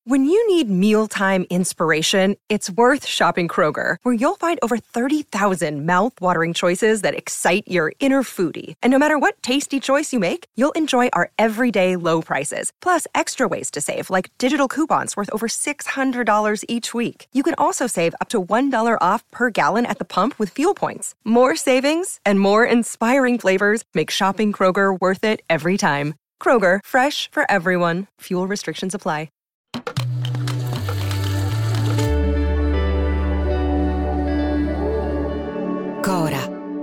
When you need mealtime inspiration, it's worth shopping Kroger, where you'll find over 30,000 mouth-watering choices that excite your inner foodie. And no matter what tasty choice you make, you'll enjoy our everyday low prices, plus extra ways to save, like digital coupons worth over $600 each week. You can also save up to $1 off per gallon at the pump with fuel points. More savings and more inspiring flavors make shopping Kroger worth it every time. Kroger, fresh for everyone. Fuel restrictions apply. Cora.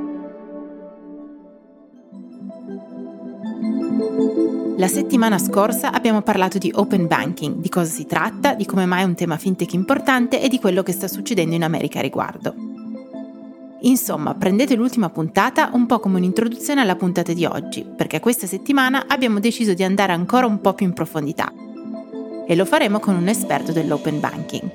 La settimana scorsa abbiamo parlato di open banking, di cosa si tratta, di come mai è un tema fintech importante e di quello che sta succedendo in America a riguardo. Insomma, prendete l'ultima puntata un po' come un'introduzione alla puntata di oggi, perché questa settimana abbiamo deciso di andare ancora un po' più in profondità. E lo faremo con un esperto dell'open banking.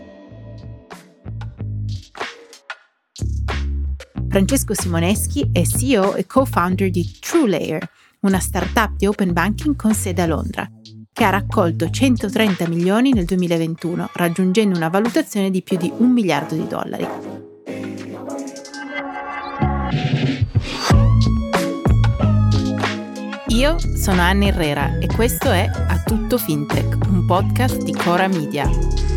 Francesco Simoneschi è CEO e co-founder di TrueLayer, una startup di open banking con sede a Londra, che ha raccolto 130 milioni nel 2021, raggiungendo una valutazione di più di $1 miliardo. Io sono Anna Herrera e questo è A Tutto Fintech, un podcast di Cora Media.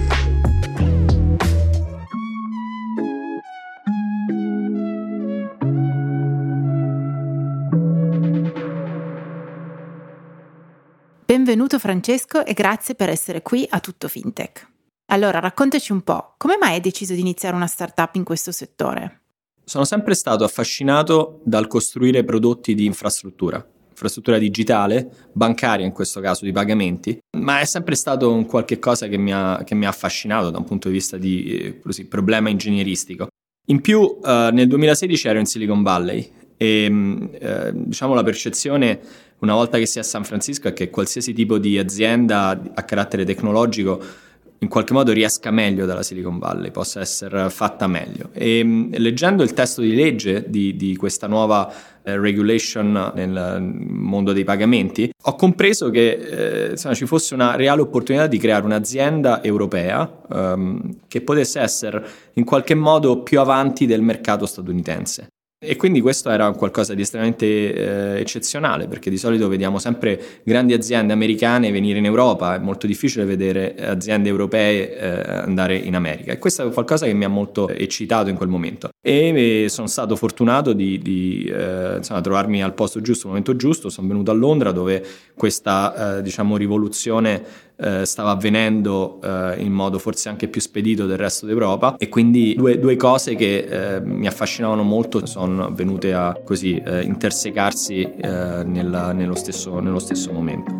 Benvenuto Francesco e grazie per essere qui a Tutto Fintech. Allora, raccontaci un po', come mai hai deciso di iniziare una startup in questo settore? Sono sempre stato affascinato dal costruire prodotti di infrastruttura digitale, bancaria in questo caso, di pagamenti, ma è sempre stato un qualche cosa che mi ha affascinato da un punto di vista di problema ingegneristico. In più, nel 2016 ero in Silicon Valley e la percezione una volta che si è a San Francisco è che qualsiasi tipo di azienda a carattere tecnologico in qualche modo riesca meglio dalla Silicon Valley, possa essere fatta meglio. E leggendo il testo di legge di questa nuova regulation nel mondo dei pagamenti, ho compreso che ci fosse una reale opportunità di creare un'azienda europea che potesse essere in qualche modo più avanti del mercato statunitense. E quindi questo era qualcosa di estremamente eccezionale, perché di solito vediamo sempre grandi aziende americane venire in Europa, è molto difficile vedere aziende europee andare in America, e questo è qualcosa che mi ha molto eccitato in quel momento, e sono stato fortunato di trovarmi al posto giusto, al momento giusto. Sono venuto a Londra, dove questa rivoluzione stava avvenendo in modo forse anche più spedito del resto d'Europa, e quindi due cose che mi affascinavano molto sono venute a intersecarsi nello stesso momento.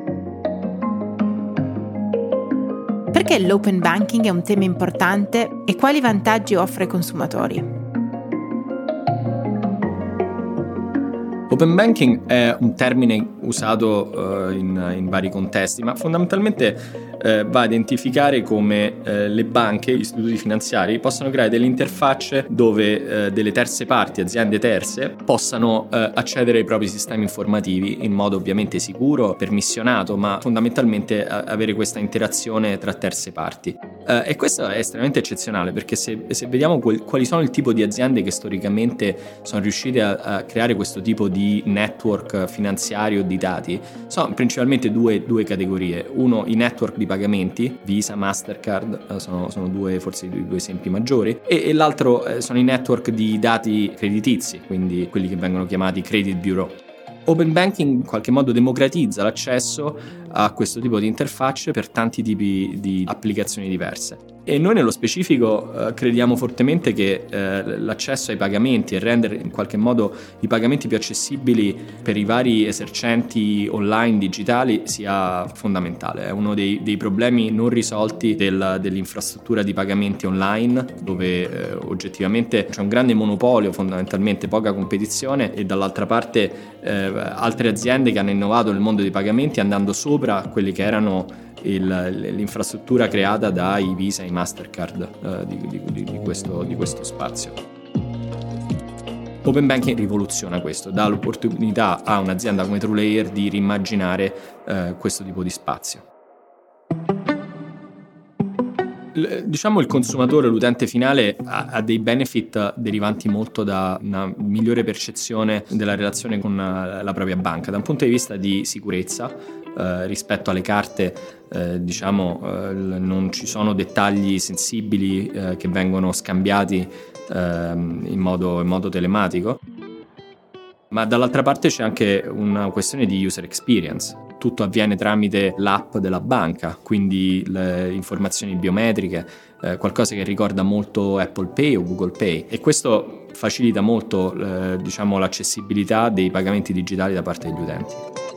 Perché l'open banking è un tema importante e quali vantaggi offre ai consumatori? Open banking è un termine usato in vari contesti, ma fondamentalmente va a identificare come le banche, gli istituti finanziari possano creare delle interfacce dove delle terze parti, aziende terze, possano accedere ai propri sistemi informativi in modo ovviamente sicuro, permissionato, ma fondamentalmente avere questa interazione tra terze parti. E questo è estremamente eccezionale, perché se vediamo quali sono il tipo di aziende che storicamente sono riuscite a creare questo tipo di network finanziario di dati, sono principalmente due categorie. Uno, i network di pagamenti, Visa, Mastercard, sono forse i due esempi maggiori, e l'altro sono i network di dati creditizi, quindi quelli che vengono chiamati credit bureau. Open banking in qualche modo democratizza l'accesso a questo tipo di interfacce per tanti tipi di applicazioni diverse. E noi nello specifico crediamo fortemente che l'accesso ai pagamenti e rendere in qualche modo i pagamenti più accessibili per i vari esercenti online digitali sia fondamentale. È uno dei problemi non risolti dell'infrastruttura di pagamenti online, dove oggettivamente c'è un grande monopolio, fondamentalmente poca competizione, e dall'altra parte altre aziende che hanno innovato nel mondo dei pagamenti andando sopra quelli che erano l'infrastruttura creata dai Visa e i Mastercard di questo spazio. Open banking rivoluziona questo, dà l'opportunità a un'azienda come TrueLayer di rimmaginare questo tipo di spazio. Diciamo il consumatore, l'utente finale ha dei benefit derivanti molto da una migliore percezione della relazione con la propria banca, da un punto di vista di sicurezza. Rispetto alle carte, non ci sono dettagli sensibili che vengono scambiati in modo telematico. Ma dall'altra parte c'è anche una questione di user experience. Tutto avviene tramite l'app della banca, quindi le informazioni biometriche, qualcosa che ricorda molto Apple Pay o Google Pay, e questo facilita molto l'accessibilità dei pagamenti digitali da parte degli utenti.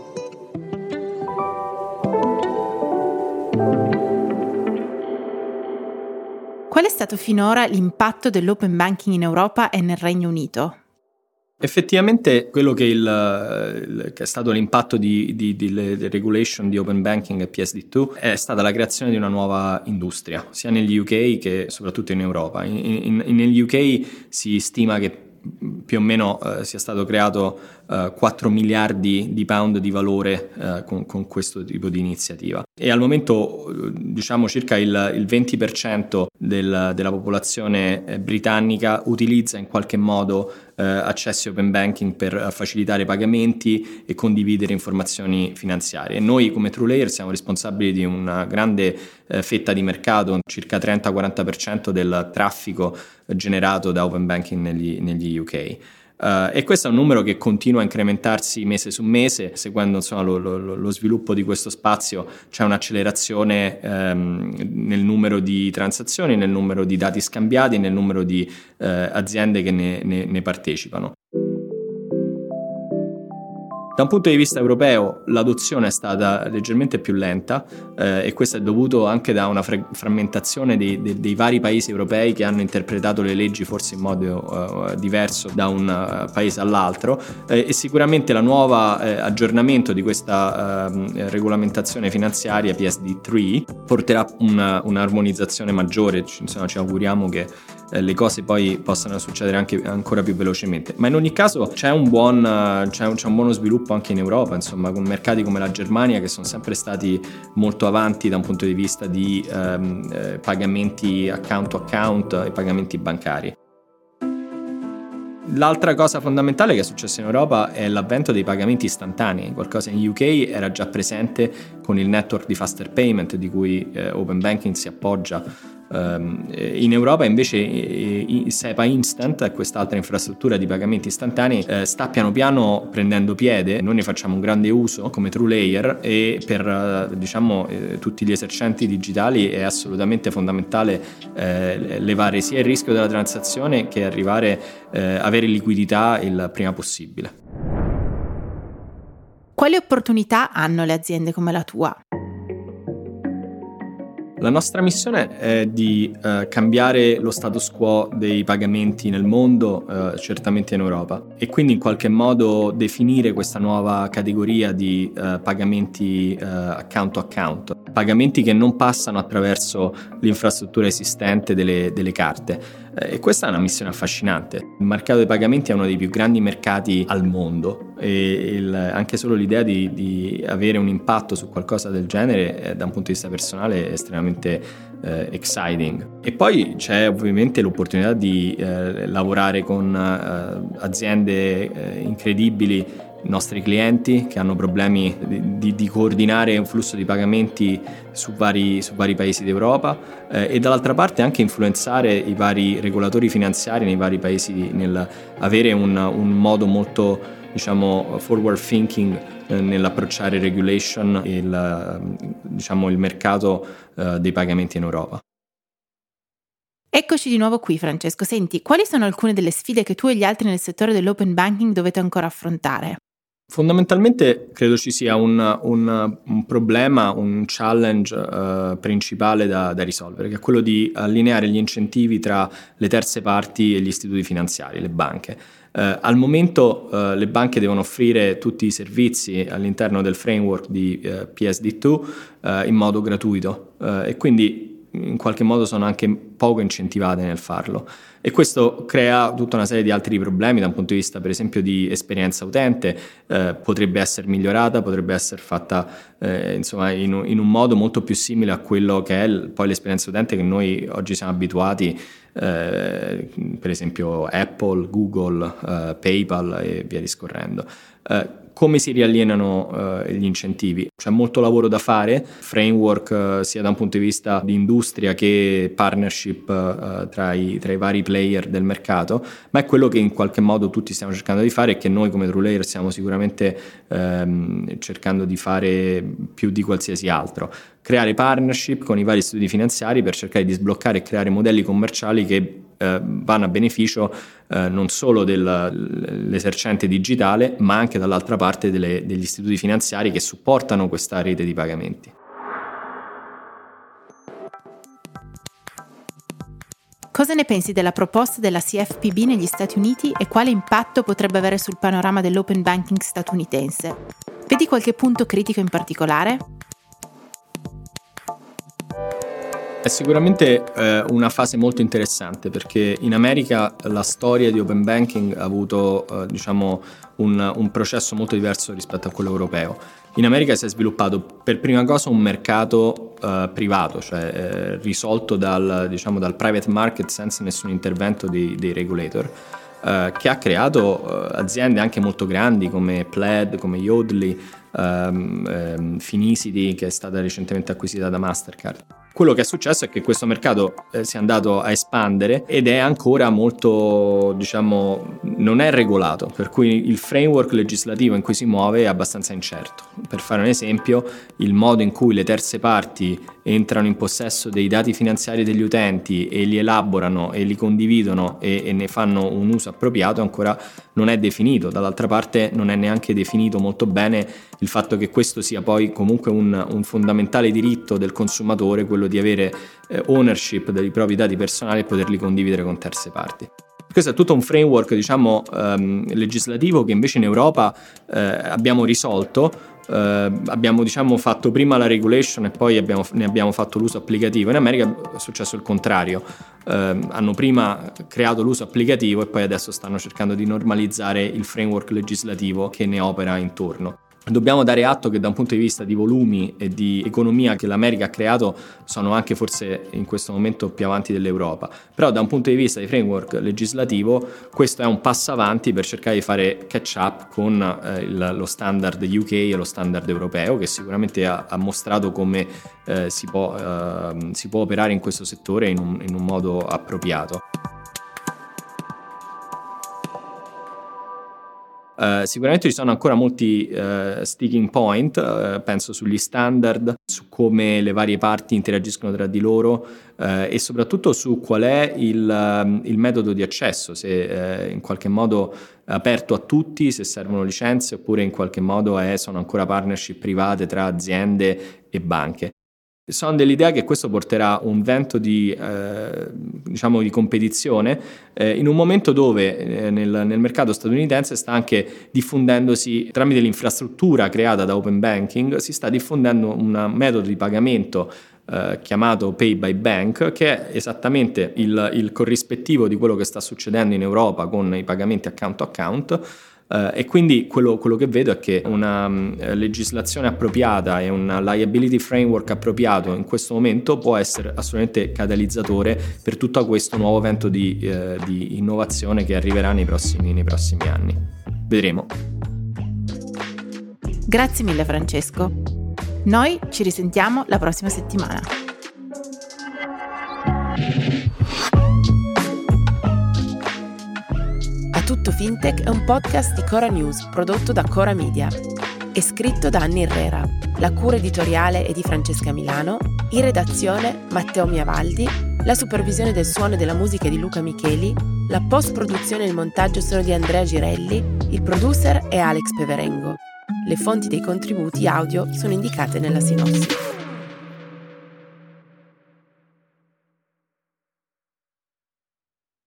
Qual è stato finora l'impatto dell'open banking in Europa e nel Regno Unito? Effettivamente quello che è stato l'impatto di regulation di open banking e PSD2 è stata la creazione di una nuova industria, sia negli UK che soprattutto in Europa. Negli UK si stima che più o meno sia stato creato 4 miliardi di pound di valore con questo tipo di iniziativa, e al momento circa il 20% della popolazione britannica utilizza in qualche modo accessi open banking per facilitare pagamenti e condividere informazioni finanziarie. E noi come TrueLayer siamo responsabili di una grande fetta di mercato, circa 30-40% del traffico generato da open banking negli UK. E questo è un numero che continua a incrementarsi mese su mese. Seguendo lo sviluppo di questo spazio, c'è un'accelerazione nel numero di transazioni, nel numero di dati scambiati, nel numero di aziende che ne partecipano. Da un punto di vista europeo l'adozione è stata leggermente più lenta, e questo è dovuto anche da una frammentazione dei vari paesi europei che hanno interpretato le leggi forse in modo diverso da un paese all'altro, e sicuramente la nuova aggiornamento di questa regolamentazione finanziaria PSD3 porterà un'armonizzazione maggiore. Ci auguriamo che le cose poi possano succedere anche ancora più velocemente, ma in ogni caso c'è un buono sviluppo anche in Europa, con mercati come la Germania che sono sempre stati molto avanti da un punto di vista di pagamenti account to account e pagamenti bancari. L'altra cosa fondamentale che è successa in Europa è l'avvento dei pagamenti istantanei, qualcosa in UK era già presente con il network di Faster Payment di cui Open Banking si appoggia. In Europa invece SEPA Instant, quest'altra infrastruttura di pagamenti istantanei, sta piano piano prendendo piede. Noi ne facciamo un grande uso come TrueLayer, e per tutti gli esercenti digitali è assolutamente fondamentale levare sia il rischio della transazione che avere liquidità il prima possibile. Quali opportunità hanno le aziende come la tua? La nostra missione è di cambiare lo status quo dei pagamenti nel mondo, certamente in Europa, e quindi in qualche modo definire questa nuova categoria di pagamenti account to account, pagamenti che non passano attraverso l'infrastruttura esistente delle carte. E questa è una missione affascinante. Il mercato dei pagamenti è uno dei più grandi mercati al mondo, e anche solo l'idea di avere un impatto su qualcosa del genere da un punto di vista personale è estremamente exciting. E poi c'è ovviamente l'opportunità di lavorare con aziende incredibili, nostri clienti che hanno problemi di coordinare un flusso di pagamenti su vari paesi d'Europa, e dall'altra parte anche influenzare i vari regolatori finanziari nei vari paesi nel avere un modo molto forward thinking nell'approcciare regulation e il mercato dei pagamenti in Europa. Eccoci di nuovo qui, Francesco. Senti, quali sono alcune delle sfide che tu e gli altri nel settore dell'open banking dovete ancora affrontare? Fondamentalmente credo ci sia un problema, un challenge principale da risolvere, che è quello di allineare gli incentivi tra le terze parti e gli istituti finanziari, le banche. Al momento le banche devono offrire tutti i servizi all'interno del framework di PSD2 in modo gratuito, e quindi in qualche modo sono anche poco incentivate nel farlo, e questo crea tutta una serie di altri problemi da un punto di vista, per esempio, di esperienza utente. Potrebbe essere migliorata, potrebbe essere fatta insomma in un modo molto più simile a quello che è poi l'esperienza utente che noi oggi siamo abituati, per esempio Apple, Google, PayPal e via discorrendo. Come si riallineano gli incentivi? C'è molto lavoro da fare, framework sia da un punto di vista di industria che partnership tra i vari player del mercato, ma è quello che in qualche modo tutti stiamo cercando di fare e che noi come TrueLayer stiamo sicuramente cercando di fare più di qualsiasi altro. Creare partnership con i vari istituti finanziari per cercare di sbloccare e creare modelli commerciali che vanno a beneficio non solo dell'esercente digitale, ma anche dall'altra parte degli istituti finanziari che supportano questa rete di pagamenti. Cosa ne pensi della proposta della CFPB negli Stati Uniti e quale impatto potrebbe avere sul panorama dell'open banking statunitense? Vedi qualche punto critico in particolare? È sicuramente una fase molto interessante, perché in America la storia di open banking ha avuto un processo molto diverso rispetto a quello europeo. In America si è sviluppato per prima cosa un mercato privato, cioè risolto dal private market senza nessun intervento dei regulator, che ha creato aziende anche molto grandi come Plaid, come Yodlee, Finicity, che è stata recentemente acquisita da Mastercard. Quello che è successo è che questo mercato si è andato a espandere ed è ancora molto, non è regolato, per cui il framework legislativo in cui si muove è abbastanza incerto. Per fare un esempio, il modo in cui le terze parti entrano in possesso dei dati finanziari degli utenti e li elaborano e li condividono e ne fanno un uso appropriato ancora non è definito. Dall'altra parte non è neanche definito molto bene il fatto che questo sia poi comunque un fondamentale diritto del consumatore, quello di avere ownership dei propri dati personali e poterli condividere con terze parti. Questo è tutto un framework legislativo che invece in Europa abbiamo risolto. Abbiamo fatto prima la regulation e poi ne abbiamo fatto l'uso applicativo. In America è successo il contrario, hanno prima creato l'uso applicativo e poi adesso stanno cercando di normalizzare il framework legislativo che ne opera intorno. Dobbiamo dare atto che da un punto di vista di volumi e di economia che l'America ha creato sono anche forse in questo momento più avanti dell'Europa, però da un punto di vista di framework legislativo questo è un passo avanti per cercare di fare catch up con lo standard UK e lo standard europeo, che sicuramente ha mostrato come si può operare in questo settore in un modo appropriato. Sicuramente ci sono ancora molti sticking point, penso sugli standard, su come le varie parti interagiscono tra di loro e soprattutto su qual è il metodo di accesso, se in qualche modo è aperto a tutti, se servono licenze oppure in qualche modo sono ancora partnership private tra aziende e banche. Sono dell'idea che questo porterà un vento di competizione in un momento dove nel mercato statunitense sta anche diffondendosi, tramite l'infrastruttura creata da open banking, si sta diffondendo un metodo di pagamento chiamato Pay by Bank, che è esattamente il corrispettivo di quello che sta succedendo in Europa con i pagamenti account to account. E quindi quello che vedo è che una legislazione appropriata e un liability framework appropriato in questo momento può essere assolutamente catalizzatore per tutto questo nuovo vento di innovazione che arriverà nei prossimi anni. Vedremo. Grazie mille Francesco. Noi ci risentiamo la prossima settimana. Tutto Fintech è un podcast di Cora News prodotto da Cora Media. È scritto da Anni Herrera. La cura editoriale è di Francesca Milano, in redazione Matteo Miavaldi, la supervisione del suono e della musica è di Luca Micheli, la post-produzione e il montaggio sono di Andrea Girelli, il producer è Alex Peverengo. Le fonti dei contributi audio sono indicate nella sinossi.